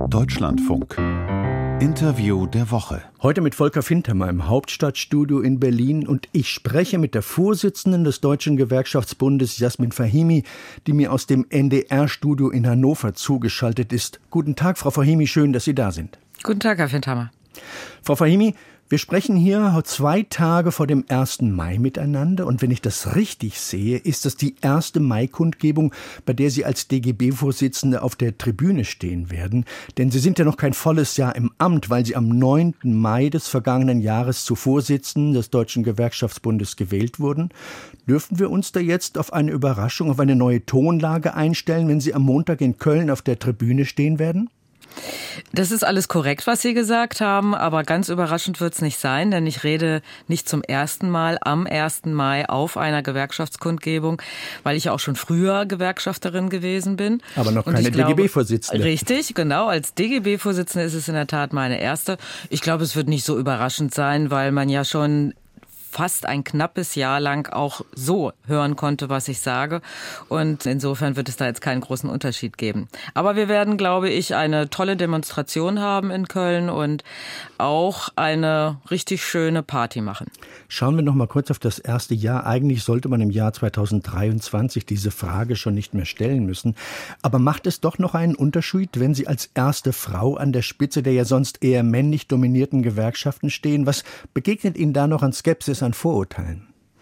Deutschlandfunk. Interview der Woche. Heute mit Volker Fintermer im Hauptstadtstudio in Berlin und ich spreche mit der Vorsitzenden des Deutschen Gewerkschaftsbundes, Jasmin Fahimi, die mir aus dem NDR-Studio in Hannover zugeschaltet ist. Guten Tag, Frau Fahimi, schön, dass Sie da sind. Guten Tag, Herr Fintermer. Frau Fahimi, wir sprechen hier 2 Tage vor dem 1. Mai miteinander und wenn ich das richtig sehe, ist das die erste Mai-Kundgebung, bei der Sie als DGB-Vorsitzende auf der Tribüne stehen werden. Denn Sie sind ja noch kein volles Jahr im Amt, weil Sie am 9. Mai des vergangenen Jahres zu Vorsitzenden des Deutschen Gewerkschaftsbundes gewählt wurden. Dürfen wir uns da jetzt auf eine Überraschung, auf eine neue Tonlage einstellen, wenn Sie am Montag in Köln auf der Tribüne stehen werden? Das ist alles korrekt, was Sie gesagt haben, aber ganz überraschend wird es nicht sein, denn ich rede nicht zum ersten Mal am 1. Mai auf einer Gewerkschaftskundgebung, weil ich auch schon früher Gewerkschafterin gewesen bin. Aber noch keine DGB-Vorsitzende. Richtig, genau. Als DGB-Vorsitzende ist es in der Tat meine erste. Ich glaube, es wird nicht so überraschend sein, weil man ja schon fast ein knappes Jahr lang auch so hören konnte, was ich sage. Und insofern wird es da jetzt keinen großen Unterschied geben. Aber wir werden, glaube ich, eine tolle Demonstration haben in Köln und auch eine richtig schöne Party machen. Schauen wir noch mal kurz auf das erste Jahr. Eigentlich sollte man im Jahr 2023 diese Frage schon nicht mehr stellen müssen. Aber macht es doch noch einen Unterschied, wenn Sie als erste Frau an der Spitze der ja sonst eher männlich dominierten Gewerkschaften stehen? Was begegnet Ihnen da noch an Skepsis, an Vorurteilen?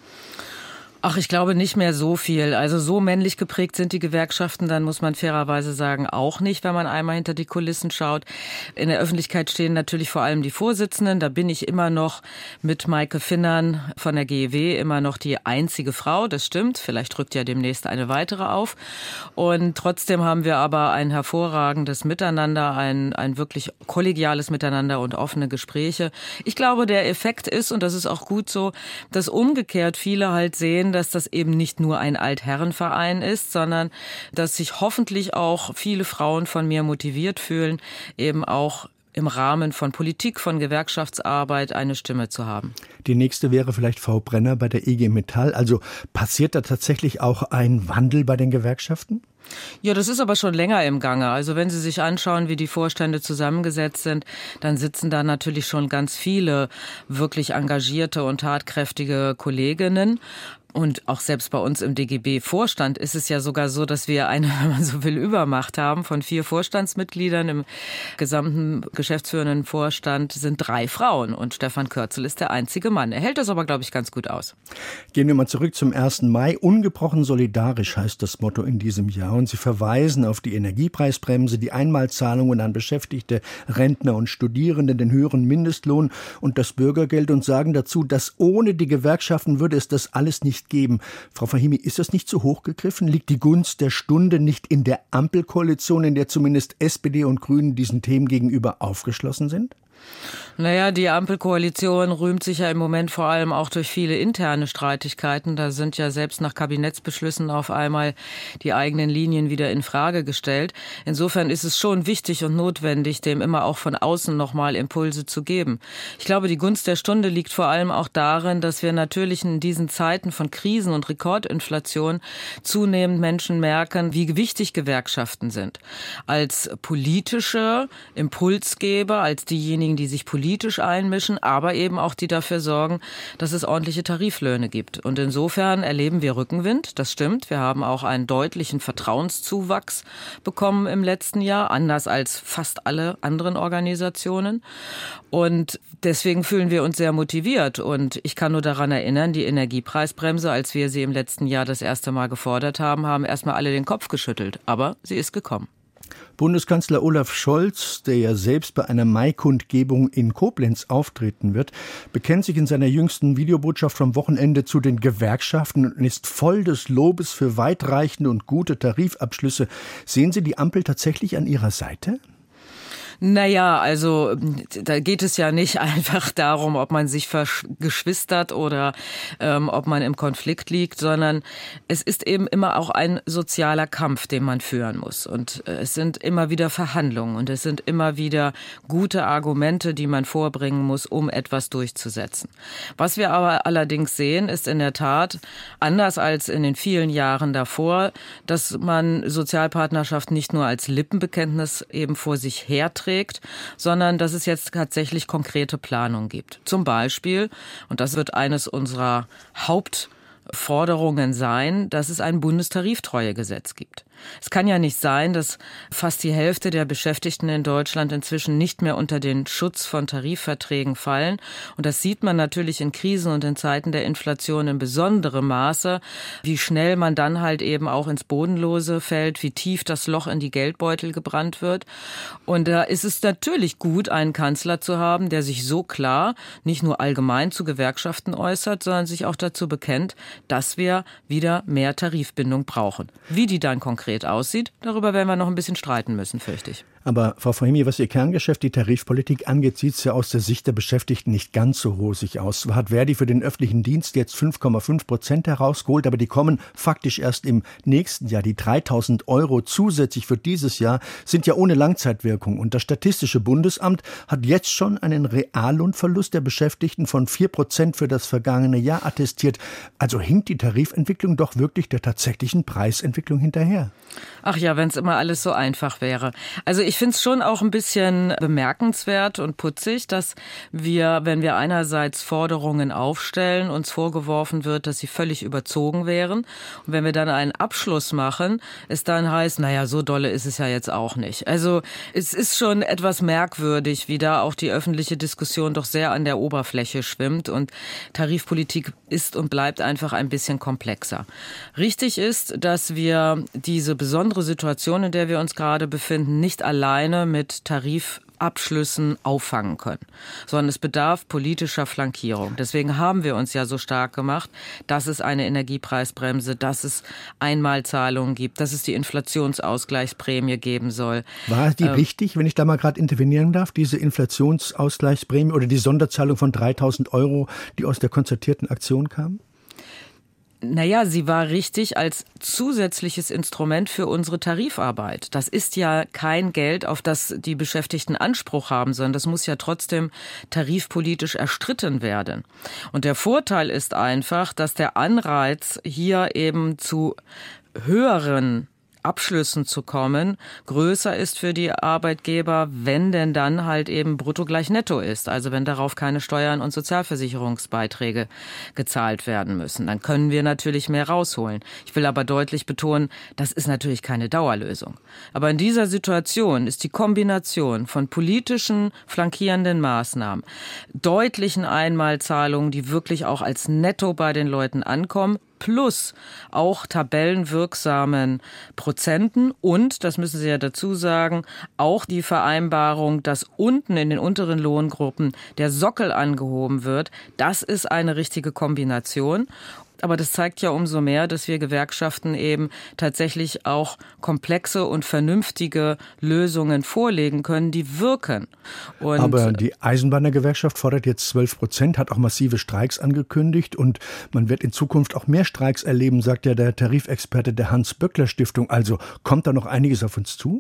Ach, ich glaube nicht mehr so viel. Also so männlich geprägt sind die Gewerkschaften, dann muss man fairerweise sagen, auch nicht, wenn man einmal hinter die Kulissen schaut. In der Öffentlichkeit stehen natürlich vor allem die Vorsitzenden. Da bin ich immer noch mit Maike Finnern von der GEW immer noch die einzige Frau. Das stimmt. Vielleicht rückt ja demnächst eine weitere auf. Und trotzdem haben wir aber ein hervorragendes Miteinander, ein wirklich kollegiales Miteinander und offene Gespräche. Ich glaube, der Effekt ist, und das ist auch gut so, dass umgekehrt viele halt sehen, dass das eben nicht nur ein Altherrenverein ist, sondern dass sich hoffentlich auch viele Frauen von mir motiviert fühlen, eben auch im Rahmen von Politik, von Gewerkschaftsarbeit eine Stimme zu haben. Die nächste wäre vielleicht Frau Brenner bei der IG Metall. Also passiert da tatsächlich auch ein Wandel bei den Gewerkschaften? Ja, das ist aber schon länger im Gange. Also wenn Sie sich anschauen, wie die Vorstände zusammengesetzt sind, dann sitzen da natürlich schon ganz viele wirklich engagierte und tatkräftige Kolleginnen. Und auch selbst bei uns im DGB-Vorstand ist es ja sogar so, dass wir eine, wenn man so will, Übermacht haben von 4 Vorstandsmitgliedern. Im gesamten geschäftsführenden Vorstand sind 3 Frauen und Stefan Kürzel ist der einzige Mann. Er hält das aber, glaube ich, ganz gut aus. Gehen wir mal zurück zum 1. Mai. Ungebrochen solidarisch heißt das Motto in diesem Jahr. Und Sie verweisen auf die Energiepreisbremse, die Einmalzahlungen an Beschäftigte, Rentner und Studierende, den höheren Mindestlohn und das Bürgergeld und sagen dazu, dass ohne die Gewerkschaften würde es das alles nicht geben. Frau Fahimi, ist das nicht zu hoch gegriffen? Liegt die Gunst der Stunde nicht in der Ampelkoalition, in der zumindest SPD und Grünen diesen Themen gegenüber aufgeschlossen sind? Naja, die Ampelkoalition rühmt sich ja im Moment vor allem auch durch viele interne Streitigkeiten. Da sind ja selbst nach Kabinettsbeschlüssen auf einmal die eigenen Linien wieder in Frage gestellt. Insofern ist es schon wichtig und notwendig, dem immer auch von außen nochmal Impulse zu geben. Ich glaube, die Gunst der Stunde liegt vor allem auch darin, dass wir natürlich in diesen Zeiten von Krisen und Rekordinflation zunehmend Menschen merken, wie wichtig Gewerkschaften sind. Als politische Impulsgeber, als diejenigen, die sich politisch einmischen, aber eben auch die dafür sorgen, dass es ordentliche Tariflöhne gibt. Und insofern erleben wir Rückenwind, das stimmt. Wir haben auch einen deutlichen Vertrauenszuwachs bekommen im letzten Jahr, anders als fast alle anderen Organisationen. Und deswegen fühlen wir uns sehr motiviert. Und ich kann nur daran erinnern, die Energiepreisbremse, als wir sie im letzten Jahr das erste Mal gefordert haben, haben erstmal alle den Kopf geschüttelt. Aber sie ist gekommen. Bundeskanzler Olaf Scholz, der ja selbst bei einer Mai-Kundgebung in Koblenz auftreten wird, bekennt sich in seiner jüngsten Videobotschaft vom Wochenende zu den Gewerkschaften und ist voll des Lobes für weitreichende und gute Tarifabschlüsse. Sehen Sie die Ampel tatsächlich an Ihrer Seite? Naja, also da geht es ja nicht einfach darum, ob man sich geschwistert oder ob man im Konflikt liegt, sondern es ist eben immer auch ein sozialer Kampf, den man führen muss. Und es sind immer wieder Verhandlungen und es sind immer wieder gute Argumente, die man vorbringen muss, um etwas durchzusetzen. Was wir aber allerdings sehen, ist in der Tat, anders als in den vielen Jahren davor, dass man Sozialpartnerschaft nicht nur als Lippenbekenntnis eben vor sich herträgt, sondern dass es jetzt tatsächlich konkrete Planungen gibt. Zum Beispiel, und das wird eines unserer Hauptforderungen sein, dass es ein Bundestariftreuegesetz gibt. Es kann ja nicht sein, dass fast die Hälfte der Beschäftigten in Deutschland inzwischen nicht mehr unter den Schutz von Tarifverträgen fallen. Und das sieht man natürlich in Krisen und in Zeiten der Inflation in besonderem Maße, wie schnell man dann halt eben auch ins Bodenlose fällt, wie tief das Loch in die Geldbeutel gebrannt wird. Und da ist es natürlich gut, einen Kanzler zu haben, der sich so klar nicht nur allgemein zu Gewerkschaften äußert, sondern sich auch dazu bekennt, dass wir wieder mehr Tarifbindung brauchen. Wie die dann konkret aussieht, darüber werden wir noch ein bisschen streiten müssen, fürchte ich. Aber Frau Fahimi, was Ihr Kerngeschäft, die Tarifpolitik angeht, sieht es ja aus der Sicht der Beschäftigten nicht ganz so rosig aus. Zwar hat Verdi für den öffentlichen Dienst jetzt 5,5% herausgeholt, aber die kommen faktisch erst im nächsten Jahr. Die 3.000 € zusätzlich für dieses Jahr sind ja ohne Langzeitwirkung. Und das Statistische Bundesamt hat jetzt schon einen Reallohnverlust der Beschäftigten von 4% für das vergangene Jahr attestiert. Also hinkt die Tarifentwicklung doch wirklich der tatsächlichen Preisentwicklung hinterher. Ach ja, wenn es immer alles so einfach wäre. Also ich finde es schon auch ein bisschen bemerkenswert und putzig, dass wir, wenn wir einerseits Forderungen aufstellen, uns vorgeworfen wird, dass sie völlig überzogen wären. Und wenn wir dann einen Abschluss machen, es dann heißt, naja, so dolle ist es ja jetzt auch nicht. Also es ist schon etwas merkwürdig, wie da auch die öffentliche Diskussion doch sehr an der Oberfläche schwimmt. Und Tarifpolitik ist und bleibt einfach ein bisschen komplexer. Richtig ist, dass wir diese besondere Situation, in der wir uns gerade befinden, nicht alleine mit Tarifabschlüssen auffangen können, sondern es bedarf politischer Flankierung. Deswegen haben wir uns ja so stark gemacht, dass es eine Energiepreisbremse, dass es Einmalzahlungen gibt, dass es die Inflationsausgleichsprämie geben soll. War die richtig, wenn ich da mal gerade intervenieren darf, diese Inflationsausgleichsprämie oder die Sonderzahlung von 3.000 €, die aus der konzertierten Aktion kam? Naja, sie war richtig als zusätzliches Instrument für unsere Tarifarbeit. Das ist ja kein Geld, auf das die Beschäftigten Anspruch haben, sondern das muss ja trotzdem tarifpolitisch erstritten werden. Und der Vorteil ist einfach, dass der Anreiz, hier eben zu höheren Abschlüssen zu kommen, größer ist für die Arbeitgeber, wenn denn dann halt eben brutto gleich netto ist. Also wenn darauf keine Steuern und Sozialversicherungsbeiträge gezahlt werden müssen. Dann können wir natürlich mehr rausholen. Ich will aber deutlich betonen, das ist natürlich keine Dauerlösung. Aber in dieser Situation ist die Kombination von politischen flankierenden Maßnahmen, deutlichen Einmalzahlungen, die wirklich auch als netto bei den Leuten ankommen, plus auch tabellenwirksamen Prozenten und, das müssen Sie ja dazu sagen, auch die Vereinbarung, dass unten in den unteren Lohngruppen der Sockel angehoben wird, das ist eine richtige Kombination. Aber das zeigt ja umso mehr, dass wir Gewerkschaften eben tatsächlich auch komplexe und vernünftige Lösungen vorlegen können, die wirken. Und aber die Eisenbahnergewerkschaft fordert jetzt 12%, hat auch massive Streiks angekündigt und man wird in Zukunft auch mehr Streiks erleben, sagt ja der Tarifexperte der Hans-Böckler-Stiftung. Also kommt da noch einiges auf uns zu?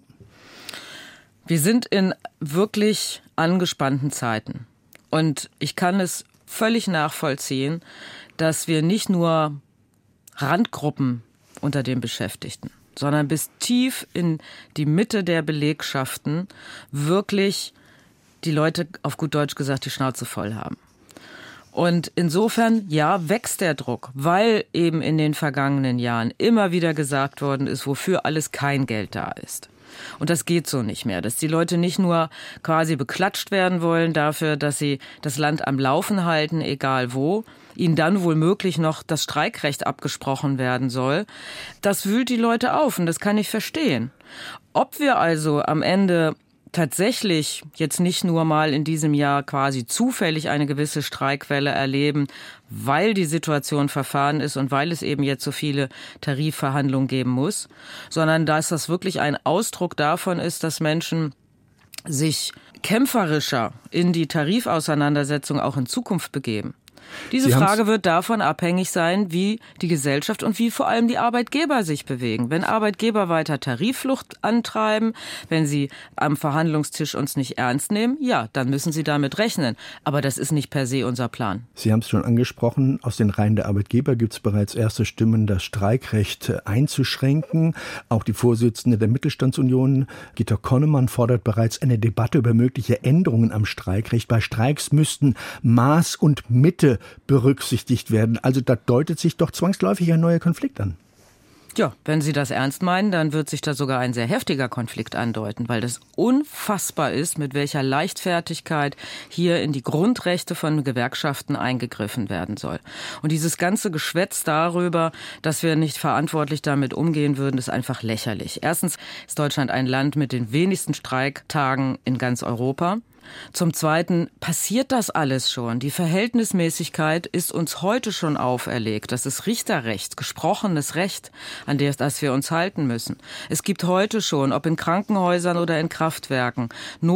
Wir sind in wirklich angespannten Zeiten. Und ich kann es völlig nachvollziehen, dass wir nicht nur Randgruppen unter den Beschäftigten, sondern bis tief in die Mitte der Belegschaften wirklich die Leute, auf gut Deutsch gesagt, die Schnauze voll haben. Und insofern, ja, wächst der Druck, weil eben in den vergangenen Jahren immer wieder gesagt worden ist, wofür alles kein Geld da ist. Und das geht so nicht mehr, dass die Leute nicht nur quasi beklatscht werden wollen dafür, dass sie das Land am Laufen halten, egal wo, ihnen dann womöglich noch das Streikrecht abgesprochen werden soll. Das wühlt die Leute auf und das kann ich verstehen. Ob wir also am Ende tatsächlich jetzt nicht nur mal in diesem Jahr quasi zufällig eine gewisse Streikwelle erleben, weil die Situation verfahren ist und weil es eben jetzt so viele Tarifverhandlungen geben muss, sondern dass das wirklich ein Ausdruck davon ist, dass Menschen sich kämpferischer in die Tarifauseinandersetzung auch in Zukunft begeben? Diese Frage wird davon abhängig sein, wie die Gesellschaft und wie vor allem die Arbeitgeber sich bewegen. Wenn Arbeitgeber weiter Tarifflucht antreiben, wenn sie am Verhandlungstisch uns nicht ernst nehmen, ja, dann müssen sie damit rechnen. Aber das ist nicht per se unser Plan. Sie haben es schon angesprochen, aus den Reihen der Arbeitgeber gibt es bereits erste Stimmen, das Streikrecht einzuschränken. Auch die Vorsitzende der Mittelstandsunion, Gitta Konnemann, fordert bereits eine Debatte über mögliche Änderungen am Streikrecht. Bei Streiks müssten Maß und Mitte berücksichtigt werden. Also da deutet sich doch zwangsläufig ein neuer Konflikt an. Ja, wenn Sie das ernst meinen, dann wird sich da sogar ein sehr heftiger Konflikt andeuten, weil das unfassbar ist, mit welcher Leichtfertigkeit hier in die Grundrechte von Gewerkschaften eingegriffen werden soll. Und dieses ganze Geschwätz darüber, dass wir nicht verantwortlich damit umgehen würden, ist einfach lächerlich. Erstens ist Deutschland ein Land mit den wenigsten Streiktagen in ganz Europa. Zum Zweiten passiert das alles schon. Die Verhältnismäßigkeit ist uns heute schon auferlegt. Das ist Richterrecht, gesprochenes Recht, an das wir uns halten müssen. Es gibt heute schon, ob in Krankenhäusern oder in Kraftwerken,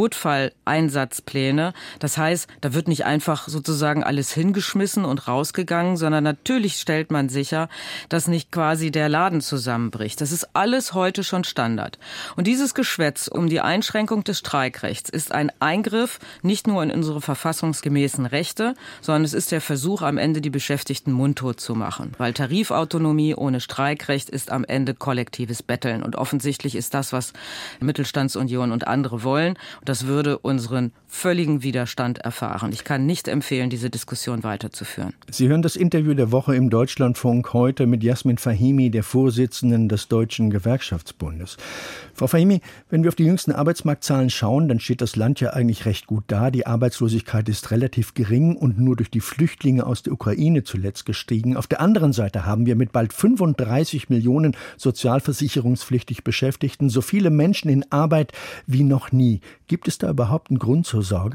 Notfalleinsatzpläne. Das heißt, da wird nicht einfach sozusagen alles hingeschmissen und rausgegangen, sondern natürlich stellt man sicher, dass nicht quasi der Laden zusammenbricht. Das ist alles heute schon Standard. Und dieses Geschwätz um die Einschränkung des Streikrechts ist ein Eingriff nicht nur in unsere verfassungsgemäßen Rechte, sondern es ist der Versuch, am Ende die Beschäftigten mundtot zu machen. Weil Tarifautonomie ohne Streikrecht ist am Ende kollektives Betteln. Und offensichtlich ist das, was Mittelstandsunion und andere wollen. Und das würde unseren völligen Widerstand erfahren. Ich kann nicht empfehlen, diese Diskussion weiterzuführen. Sie hören das Interview der Woche im Deutschlandfunk heute mit Jasmin Fahimi, der Vorsitzenden des Deutschen Gewerkschaftsbundes. Frau Fahimi, wenn wir auf die jüngsten Arbeitsmarktzahlen schauen, dann steht das Land ja eigentlich recht gut da. Die Arbeitslosigkeit ist relativ gering und nur durch die Flüchtlinge aus der Ukraine zuletzt gestiegen. Auf der anderen Seite haben wir mit bald 35 Millionen sozialversicherungspflichtig Beschäftigten so viele Menschen in Arbeit wie noch nie. Gibt es da überhaupt einen Grund zur Sorge?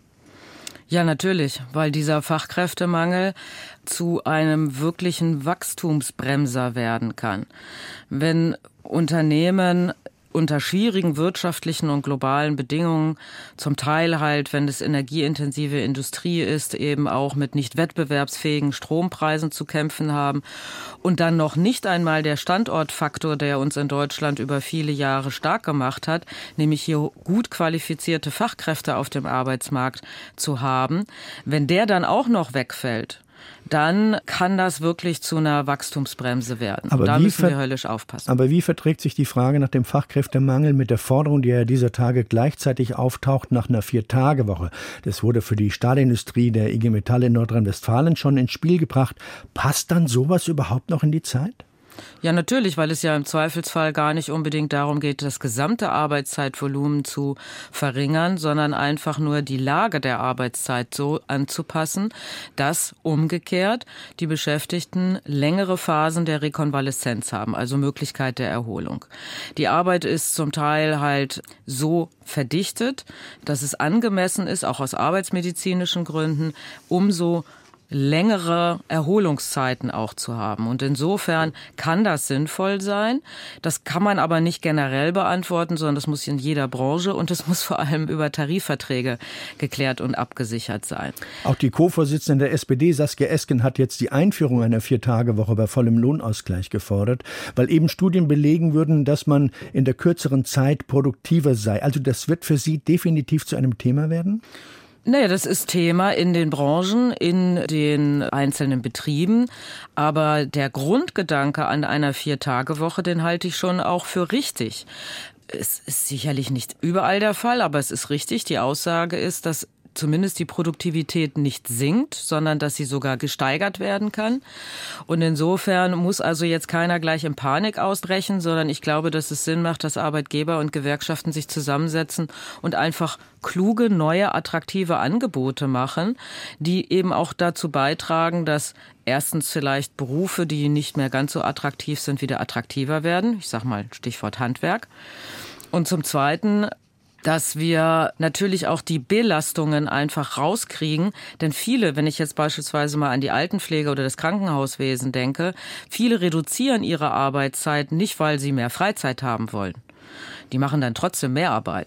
Ja, natürlich, weil dieser Fachkräftemangel zu einem wirklichen Wachstumsbremser werden kann. Wenn Unternehmen unter schwierigen wirtschaftlichen und globalen Bedingungen, zum Teil halt, wenn es energieintensive Industrie ist, eben auch mit nicht wettbewerbsfähigen Strompreisen zu kämpfen haben und dann noch nicht einmal der Standortfaktor, der uns in Deutschland über viele Jahre stark gemacht hat, nämlich hier gut qualifizierte Fachkräfte auf dem Arbeitsmarkt zu haben, wenn der dann auch noch wegfällt, dann kann das wirklich zu einer Wachstumsbremse werden. Aber da müssen wir höllisch aufpassen. Aber wie verträgt sich die Frage nach dem Fachkräftemangel mit der Forderung, die ja dieser Tage gleichzeitig auftaucht, nach einer 4-Tage-Woche? Das wurde für die Stahlindustrie der IG Metall in Nordrhein-Westfalen schon ins Spiel gebracht. Passt dann sowas überhaupt noch in die Zeit? Ja, natürlich, weil es ja im Zweifelsfall gar nicht unbedingt darum geht, das gesamte Arbeitszeitvolumen zu verringern, sondern einfach nur die Lage der Arbeitszeit so anzupassen, dass umgekehrt die Beschäftigten längere Phasen der Rekonvaleszenz haben, also Möglichkeit der Erholung. Die Arbeit ist zum Teil halt so verdichtet, dass es angemessen ist, auch aus arbeitsmedizinischen Gründen, umso längere Erholungszeiten auch zu haben. Und insofern kann das sinnvoll sein. Das kann man aber nicht generell beantworten, sondern das muss in jeder Branche und es muss vor allem über Tarifverträge geklärt und abgesichert sein. Auch die Co-Vorsitzende der SPD, Saskia Esken, hat jetzt die Einführung einer 4-Tage-Woche bei vollem Lohnausgleich gefordert, weil eben Studien belegen würden, dass man in der kürzeren Zeit produktiver sei. Also das wird für Sie definitiv zu einem Thema werden? Naja, das ist Thema in den Branchen, in den einzelnen Betrieben. Aber der Grundgedanke an einer 4-Tage-Woche, den halte ich schon auch für richtig. Es ist sicherlich nicht überall der Fall, aber es ist richtig. Die Aussage ist, dass zumindest die Produktivität nicht sinkt, sondern dass sie sogar gesteigert werden kann. Und insofern muss also jetzt keiner gleich in Panik ausbrechen, sondern ich glaube, dass es Sinn macht, dass Arbeitgeber und Gewerkschaften sich zusammensetzen und einfach kluge, neue, attraktive Angebote machen, die eben auch dazu beitragen, dass erstens vielleicht Berufe, die nicht mehr ganz so attraktiv sind, wieder attraktiver werden. Ich sag mal Stichwort Handwerk. Und zum Zweiten, dass wir natürlich auch die Belastungen einfach rauskriegen. Denn viele, wenn ich jetzt beispielsweise mal an die Altenpflege oder das Krankenhauswesen denke, viele reduzieren ihre Arbeitszeit nicht, weil sie mehr Freizeit haben wollen. Die machen dann trotzdem mehr Arbeit.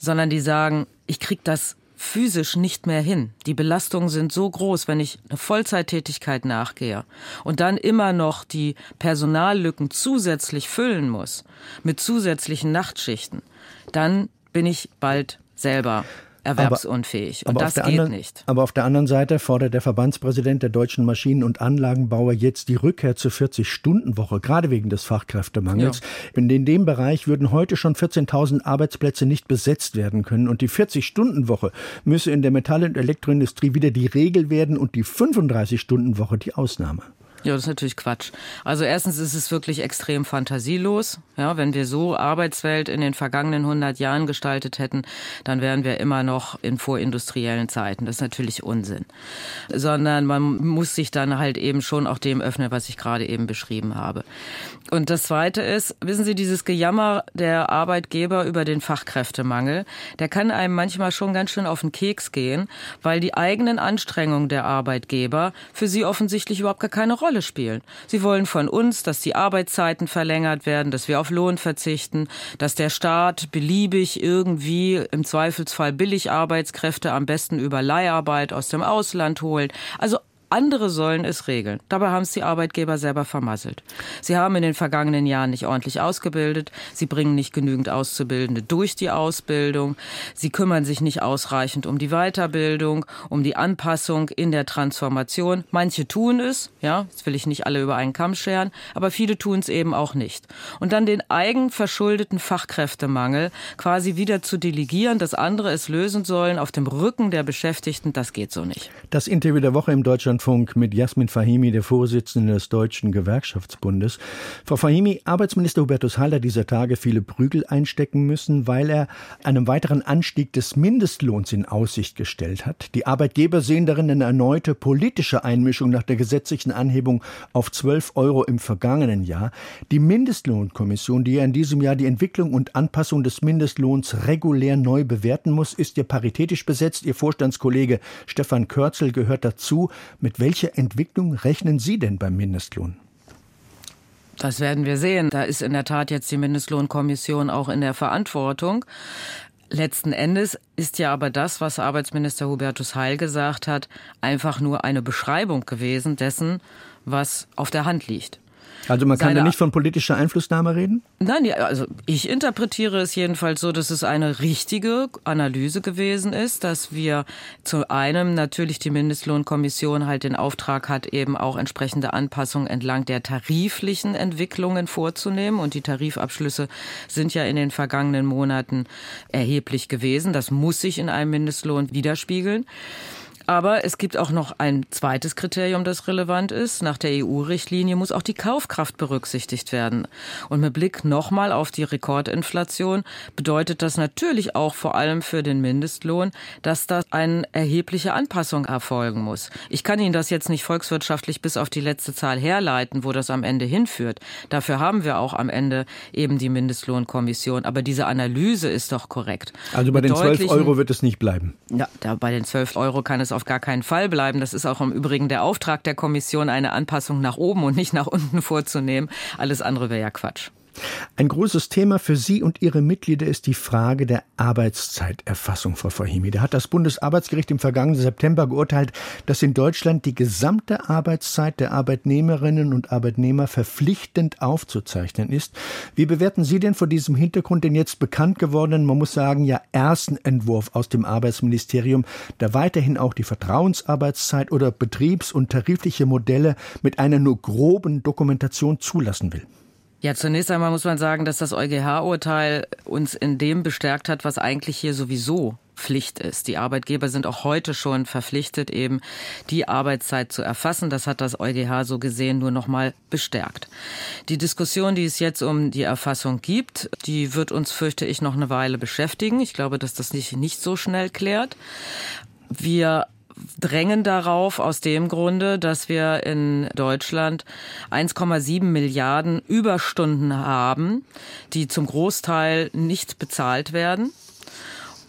sondern die sagen, ich krieg das physisch nicht mehr hin. Die Belastungen sind so groß, wenn ich eine Vollzeittätigkeit nachgehe und dann immer noch die Personallücken zusätzlich füllen muss mit zusätzlichen Nachtschichten, dann bin ich bald selber erwerbsunfähig. Und das geht nicht. Aber auf der anderen Seite fordert der Verbandspräsident der deutschen Maschinen- und Anlagenbauer jetzt die Rückkehr zur 40-Stunden-Woche, gerade wegen des Fachkräftemangels. Ja. In dem Bereich würden heute schon 14.000 Arbeitsplätze nicht besetzt werden können. Und die 40-Stunden-Woche müsse in der Metall- und Elektroindustrie wieder die Regel werden und die 35-Stunden-Woche die Ausnahme. Ja, das ist natürlich Quatsch. Also erstens ist es wirklich extrem fantasielos. Ja, wenn wir so Arbeitswelt in den vergangenen 100 Jahren gestaltet hätten, dann wären wir immer noch in vorindustriellen Zeiten. Das ist natürlich Unsinn. Sondern man muss sich dann halt eben schon auch dem öffnen, was ich gerade eben beschrieben habe. Und das Zweite ist, wissen Sie, dieses Gejammer der Arbeitgeber über den Fachkräftemangel, der kann einem manchmal schon ganz schön auf den Keks gehen, weil die eigenen Anstrengungen der Arbeitgeber für sie offensichtlich überhaupt gar keine Rolle spielen. Sie wollen von uns, dass die Arbeitszeiten verlängert werden, dass wir auf Lohn verzichten, dass der Staat beliebig irgendwie im Zweifelsfall Billigarbeitskräfte am besten über Leiharbeit aus dem Ausland holt. Also andere sollen es regeln. Dabei haben es die Arbeitgeber selber vermasselt. Sie haben in den vergangenen Jahren nicht ordentlich ausgebildet. Sie bringen nicht genügend Auszubildende durch die Ausbildung. Sie kümmern sich nicht ausreichend um die Weiterbildung, um die Anpassung in der Transformation. Manche tun es, ja, das will ich nicht alle über einen Kamm scheren, aber viele tun es eben auch nicht. Und dann den eigenverschuldeten Fachkräftemangel quasi wieder zu delegieren, dass andere es lösen sollen auf dem Rücken der Beschäftigten, das geht so nicht. Das Interview der Woche im Deutschlandfunk mit Jasmin Fahimi, der Vorsitzenden des Deutschen Gewerkschaftsbundes. Frau Fahimi, Arbeitsminister Hubertus Heil hat dieser Tage viele Prügel einstecken müssen, weil er einen weiteren Anstieg des Mindestlohns in Aussicht gestellt hat. Die Arbeitgeber sehen darin eine erneute politische Einmischung nach der gesetzlichen Anhebung auf 12 € im vergangenen Jahr. Die Mindestlohnkommission, die ja in diesem Jahr die Entwicklung und Anpassung des Mindestlohns regulär neu bewerten muss, ist ja paritätisch besetzt. Ihr Vorstandskollege Stefan Körzel gehört dazu. Mit welcher Entwicklung rechnen Sie denn beim Mindestlohn? Das werden wir sehen. Da ist in der Tat jetzt die Mindestlohnkommission auch in der Verantwortung. Letzten Endes ist ja aber das, was Arbeitsminister Hubertus Heil gesagt hat, einfach nur eine Beschreibung gewesen dessen, was auf der Hand liegt. Also man kann da nicht von politischer Einflussnahme reden? Nein, also ich interpretiere es jedenfalls so, dass es eine richtige Analyse gewesen ist, dass wir zu einem natürlich die Mindestlohnkommission halt den Auftrag hat, eben auch entsprechende Anpassungen entlang der tariflichen Entwicklungen vorzunehmen. Und die Tarifabschlüsse sind ja in den vergangenen Monaten erheblich gewesen. Das muss sich in einem Mindestlohn widerspiegeln. Aber es gibt auch noch ein zweites Kriterium, das relevant ist. Nach der EU-Richtlinie muss auch die Kaufkraft berücksichtigt werden. Und mit Blick nochmal auf die Rekordinflation bedeutet das natürlich auch vor allem für den Mindestlohn, dass da eine erhebliche Anpassung erfolgen muss. Ich kann Ihnen das jetzt nicht volkswirtschaftlich bis auf die letzte Zahl herleiten, wo das am Ende hinführt. Dafür haben wir auch am Ende eben die Mindestlohnkommission. Aber diese Analyse ist doch korrekt. Also bei den 12 € wird es nicht bleiben? Ja, bei den 12 € kann es auf gar keinen Fall bleiben. Das ist auch im Übrigen der Auftrag der Kommission, eine Anpassung nach oben und nicht nach unten vorzunehmen. Alles andere wäre ja Quatsch. Ein großes Thema für Sie und Ihre Mitglieder ist die Frage der Arbeitszeiterfassung, Frau Fahimi. Da hat das Bundesarbeitsgericht im vergangenen September geurteilt, dass in Deutschland die gesamte Arbeitszeit der Arbeitnehmerinnen und Arbeitnehmer verpflichtend aufzuzeichnen ist. Wie bewerten Sie denn vor diesem Hintergrund den jetzt bekannt gewordenen, man muss sagen, ja ersten Entwurf aus dem Arbeitsministerium, der weiterhin auch die Vertrauensarbeitszeit oder betriebs- und tarifliche Modelle mit einer nur groben Dokumentation zulassen will? Ja, zunächst einmal muss man sagen, dass das EuGH-Urteil uns in dem bestärkt hat, was eigentlich hier sowieso Pflicht ist. Die Arbeitgeber sind auch heute schon verpflichtet, eben die Arbeitszeit zu erfassen. Das hat das EuGH so gesehen nur noch mal bestärkt. Die Diskussion, die es jetzt um die Erfassung gibt, die wird uns, fürchte ich, noch eine Weile beschäftigen. Ich glaube, dass das nicht so schnell klärt. Wir drängen darauf aus dem Grunde, dass wir in Deutschland 1,7 Milliarden Überstunden haben, die zum Großteil nicht bezahlt werden.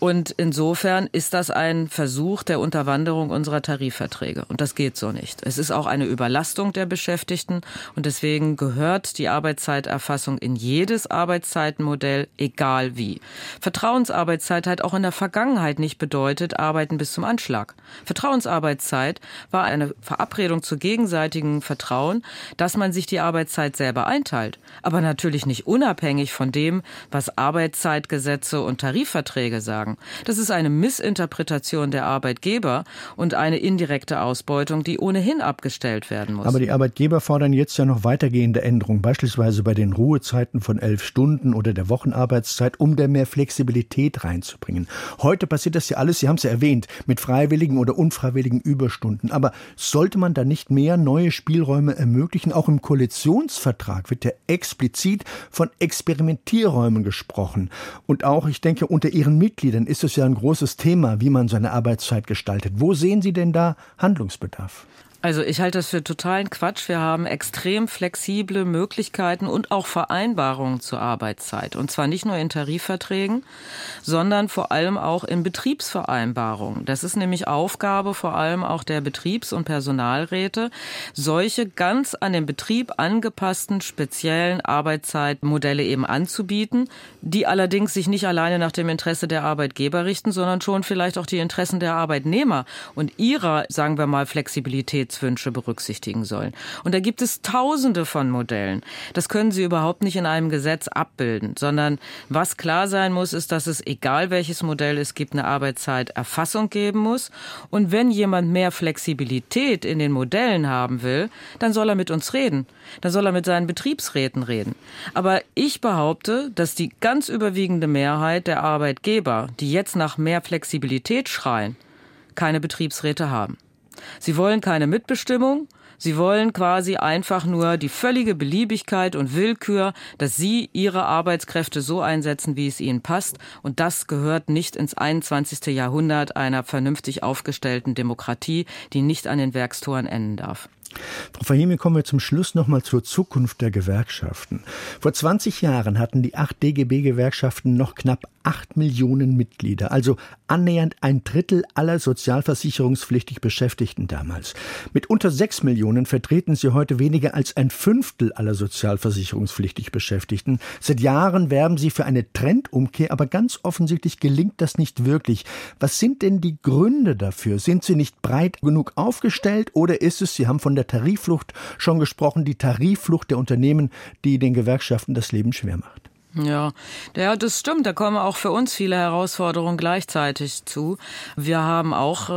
Und insofern ist das ein Versuch der Unterwanderung unserer Tarifverträge. Und das geht so nicht. Es ist auch eine Überlastung der Beschäftigten. Und deswegen gehört die Arbeitszeiterfassung in jedes Arbeitszeitenmodell, egal wie. Vertrauensarbeitszeit hat auch in der Vergangenheit nicht bedeutet, arbeiten bis zum Anschlag. Vertrauensarbeitszeit war eine Verabredung zu gegenseitigem Vertrauen, dass man sich die Arbeitszeit selber einteilt. Aber natürlich nicht unabhängig von dem, was Arbeitszeitgesetze und Tarifverträge sagen. Das ist eine Missinterpretation der Arbeitgeber und eine indirekte Ausbeutung, die ohnehin abgestellt werden muss. Aber die Arbeitgeber fordern jetzt ja noch weitergehende Änderungen, beispielsweise bei den Ruhezeiten von 11 Stunden oder der Wochenarbeitszeit, um da mehr Flexibilität reinzubringen. Heute passiert das ja alles, Sie haben es ja erwähnt, mit freiwilligen oder unfreiwilligen Überstunden. Aber sollte man da nicht mehr neue Spielräume ermöglichen? Auch im Koalitionsvertrag wird ja explizit von Experimentierräumen gesprochen. Und auch, ich denke, unter Ihren Mitgliedern ist es ja ein großes Thema, wie man seine Arbeitszeit gestaltet. Wo sehen Sie denn da Handlungsbedarf? Also ich halte das für totalen Quatsch. Wir haben extrem flexible Möglichkeiten und auch Vereinbarungen zur Arbeitszeit. Und zwar nicht nur in Tarifverträgen, sondern vor allem auch in Betriebsvereinbarungen. Das ist nämlich Aufgabe vor allem auch der Betriebs- und Personalräte, solche ganz an den Betrieb angepassten speziellen Arbeitszeitmodelle eben anzubieten, die allerdings sich nicht alleine nach dem Interesse der Arbeitgeber richten, sondern schon vielleicht auch die Interessen der Arbeitnehmer und ihrer, sagen wir mal, Flexibilitätswünsche berücksichtigen sollen. Und da gibt es Tausende von Modellen. Das können Sie überhaupt nicht in einem Gesetz abbilden, sondern was klar sein muss, ist, dass es, egal welches Modell es gibt, eine Arbeitszeiterfassung geben muss. Und wenn jemand mehr Flexibilität in den Modellen haben will, dann soll er mit uns reden. Dann soll er mit seinen Betriebsräten reden. Aber ich behaupte, dass die ganz überwiegende Mehrheit der Arbeitgeber, die jetzt nach mehr Flexibilität schreien, keine Betriebsräte haben. Sie wollen keine Mitbestimmung, sie wollen quasi einfach nur die völlige Beliebigkeit und Willkür, dass sie ihre Arbeitskräfte so einsetzen, wie es ihnen passt. Und das gehört nicht ins 21. Jahrhundert einer vernünftig aufgestellten Demokratie, die nicht an den Werkstoren enden darf. Frau Fahimi, kommen wir zum Schluss noch mal zur Zukunft der Gewerkschaften. Vor 20 Jahren hatten die 8 DGB-Gewerkschaften noch knapp 8 Millionen Mitglieder, also annähernd 1/3 aller sozialversicherungspflichtig Beschäftigten damals. Mit unter 6 Millionen vertreten sie heute weniger als 1/5 aller sozialversicherungspflichtig Beschäftigten. Seit Jahren werben sie für eine Trendumkehr, aber ganz offensichtlich gelingt das nicht wirklich. Was sind denn die Gründe dafür? Sind sie nicht breit genug aufgestellt oder ist es, Sie haben von der Tarifflucht schon gesprochen, die Tarifflucht der Unternehmen, die den Gewerkschaften das Leben schwer macht? Ja, das stimmt. Da kommen auch für uns viele Herausforderungen gleichzeitig zu. Wir haben auch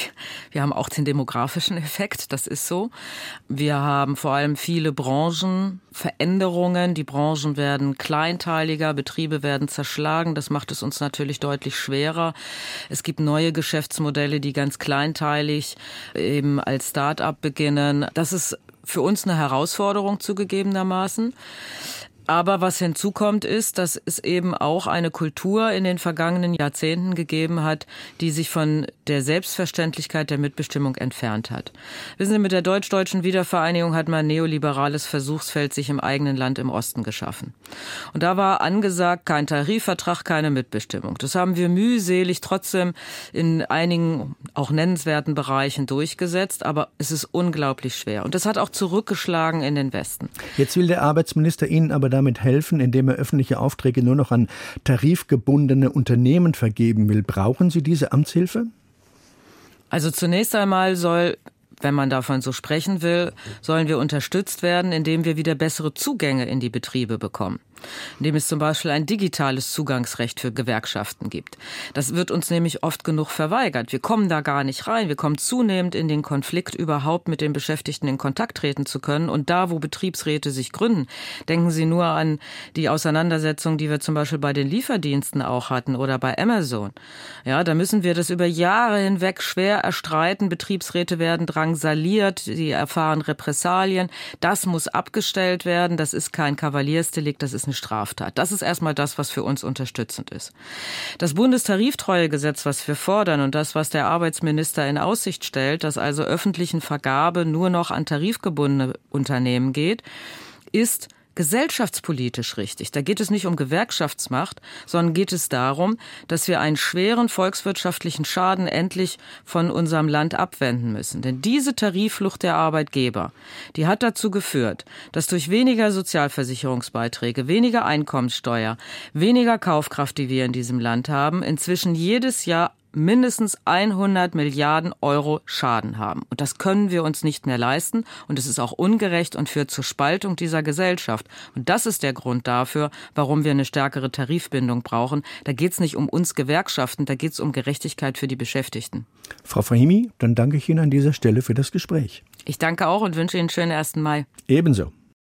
den demografischen Effekt. Das ist so. Wir haben vor allem viele Branchenveränderungen. Die Branchen werden kleinteiliger, Betriebe werden zerschlagen. Das macht es uns natürlich deutlich schwerer. Es gibt neue Geschäftsmodelle, die ganz kleinteilig eben als Start-up beginnen. Das ist für uns eine Herausforderung zugegebenermaßen. Aber was hinzukommt ist, dass es eben auch eine Kultur in den vergangenen Jahrzehnten gegeben hat, die sich von der Selbstverständlichkeit der Mitbestimmung entfernt hat. Wissen Sie, mit der deutsch-deutschen Wiedervereinigung hat man ein neoliberales Versuchsfeld sich im eigenen Land im Osten geschaffen. Und da war angesagt, kein Tarifvertrag, keine Mitbestimmung. Das haben wir mühselig trotzdem in einigen auch nennenswerten Bereichen durchgesetzt, aber es ist unglaublich schwer. Und das hat auch zurückgeschlagen in den Westen. Jetzt will der Arbeitsminister Ihnen aber damit helfen, indem er öffentliche Aufträge nur noch an tarifgebundene Unternehmen vergeben will. Brauchen Sie diese Amtshilfe? Also zunächst einmal wenn man davon so sprechen will, sollen wir unterstützt werden, indem wir wieder bessere Zugänge in die Betriebe bekommen. Indem es zum Beispiel ein digitales Zugangsrecht für Gewerkschaften gibt. Das wird uns nämlich oft genug verweigert. Wir kommen da gar nicht rein. Wir kommen zunehmend in den Konflikt, überhaupt mit den Beschäftigten in Kontakt treten zu können. Und da, wo Betriebsräte sich gründen, denken Sie nur an die Auseinandersetzung, die wir zum Beispiel bei den Lieferdiensten auch hatten oder bei Amazon. Ja, da müssen wir das über Jahre hinweg schwer erstreiten. Betriebsräte werden drangsaliert, sie erfahren Repressalien. Das muss abgestellt werden. Das ist kein Kavaliersdelikt, das ist eine Straftat. Das ist erstmal das, was für uns unterstützend ist. Das Bundestariftreuegesetz, was wir fordern und das, was der Arbeitsminister in Aussicht stellt, dass also öffentlichen Vergabe nur noch an tarifgebundene Unternehmen geht, ist gesellschaftspolitisch richtig. Da geht es nicht um Gewerkschaftsmacht, sondern geht es darum, dass wir einen schweren volkswirtschaftlichen Schaden endlich von unserem Land abwenden müssen. Denn diese Tarifflucht der Arbeitgeber, die hat dazu geführt, dass durch weniger Sozialversicherungsbeiträge, weniger Einkommenssteuer, weniger Kaufkraft, die wir in diesem Land haben, inzwischen jedes Jahr mindestens 100 Milliarden Euro Schaden haben. Und das können wir uns nicht mehr leisten. Und es ist auch ungerecht und führt zur Spaltung dieser Gesellschaft. Und das ist der Grund dafür, warum wir eine stärkere Tarifbindung brauchen. Da geht es nicht um uns Gewerkschaften, da geht es um Gerechtigkeit für die Beschäftigten. Frau Fahimi, dann danke ich Ihnen an dieser Stelle für das Gespräch. Ich danke auch und wünsche Ihnen einen schönen 1. Mai. Ebenso.